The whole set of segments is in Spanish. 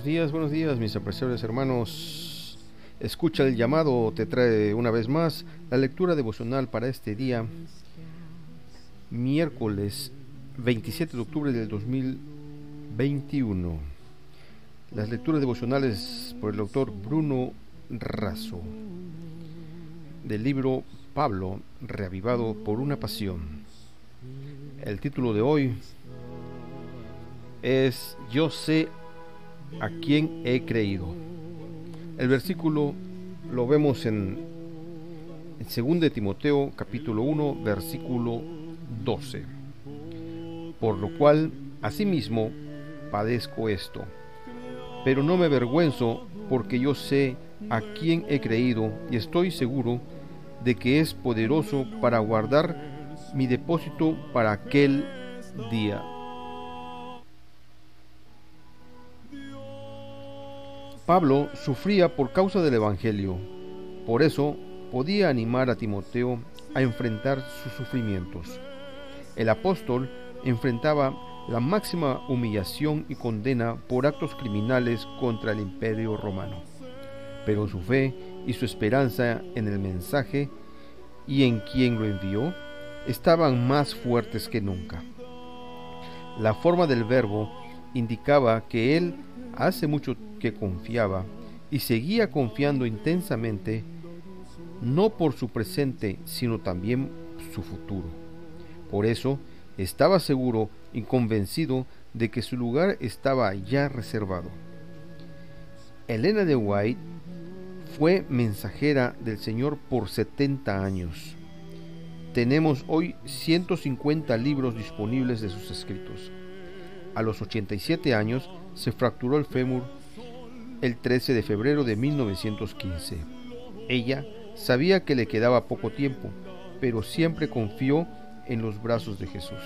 buenos días, mis apreciables hermanos. Escucha el llamado, te trae una vez más la lectura devocional para este día, miércoles 27 de octubre del 2021. Las lecturas devocionales por el doctor Bruno Razo, del libro Pablo, reavivado por una pasión. El título de hoy es Yo sé a quién he creído. El versículo lo vemos en 2 de Timoteo capítulo 1 versículo 12. Por lo cual asimismo padezco esto, pero no me avergüenzo, porque yo sé a quién he creído y estoy seguro de que es poderoso para guardar mi depósito para aquel día. Pablo sufría por causa del Evangelio, por eso podía animar a Timoteo a enfrentar sus sufrimientos. El apóstol enfrentaba la máxima humillación y condena por actos criminales contra el Imperio Romano, pero su fe y su esperanza en el mensaje y en quien lo envió estaban más fuertes que nunca. La forma del verbo indicaba que él hace mucho que confiaba y seguía confiando intensamente, no por su presente, sino también su futuro. Por eso estaba seguro y convencido de que su lugar estaba ya reservado. Elena de White fue mensajera del Señor por 70 años. Tenemos hoy 150 libros disponibles de sus escritos. A los 87 años se fracturó el fémur el 13 de febrero de 1915. Ella sabía que le quedaba poco tiempo, pero siempre confió en los brazos de Jesús.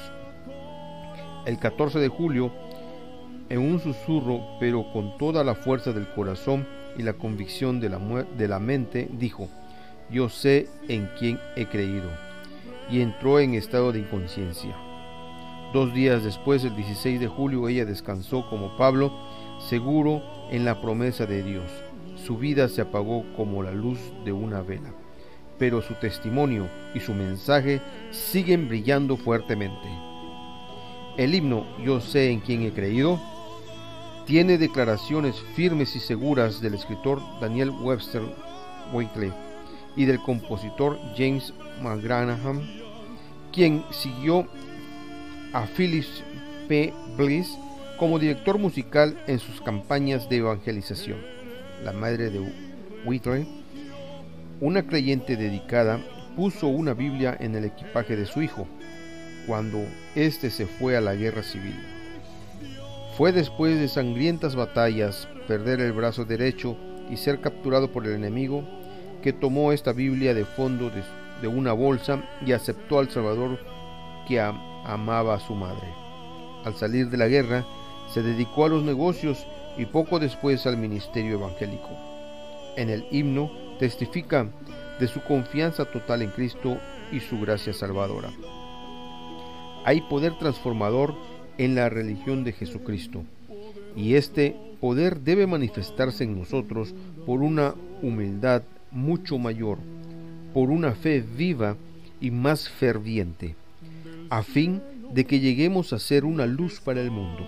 El 14 de julio, en un susurro, pero con toda la fuerza del corazón y la convicción de la mente, dijo: yo sé en quién he creído, y entró en estado de inconsciencia. 2 días después, el 16 de julio, ella descansó como Pablo, seguro en la promesa de Dios. Su vida se apagó como la luz de una vela, pero su testimonio y su mensaje siguen brillando fuertemente. El himno Yo sé en quién he creído tiene declaraciones firmes y seguras del escritor Daniel Webster Wycliffe y del compositor James McGranaghan, quien siguió a Phyllis P. Bliss como director musical en sus campañas de evangelización. La madre de Wycliffe, una creyente dedicada, puso una Biblia en el equipaje de su hijo cuando éste se fue a la guerra civil. Fue después de sangrientas batallas, perder el brazo derecho y ser capturado por el enemigo, que tomó esta Biblia de fondo de una bolsa y aceptó al Salvador que amaba a su madre. Al salir de la guerra, se dedicó a los negocios y poco después al ministerio evangélico. En el himno testifica de su confianza total en Cristo y su gracia salvadora. Hay poder transformador en la religión de Jesucristo, y este poder debe manifestarse en nosotros por una humildad mucho mayor, por una fe viva y más ferviente, a fin de que lleguemos a ser una luz para el mundo.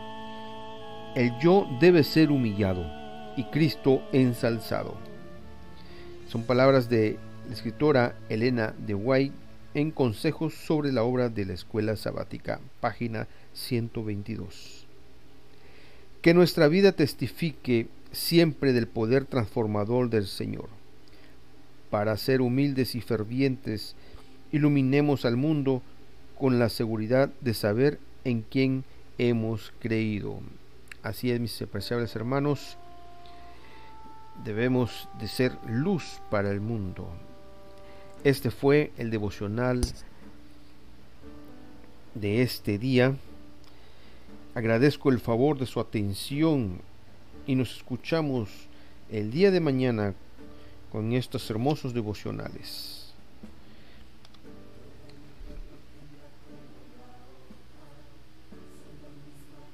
El yo debe ser humillado y Cristo ensalzado. Son palabras de la escritora Elena de White en Consejos sobre la obra de la Escuela Sabática, página 122. Que nuestra vida testifique siempre del poder transformador del Señor. Para ser humildes y fervientes, iluminemos al mundo con la seguridad de saber en quién hemos creído. Así es, mis apreciables hermanos, debemos de ser luz para el mundo. Este fue el devocional de este día. Agradezco el favor de su atención y nos escuchamos el día de mañana con estos hermosos devocionales.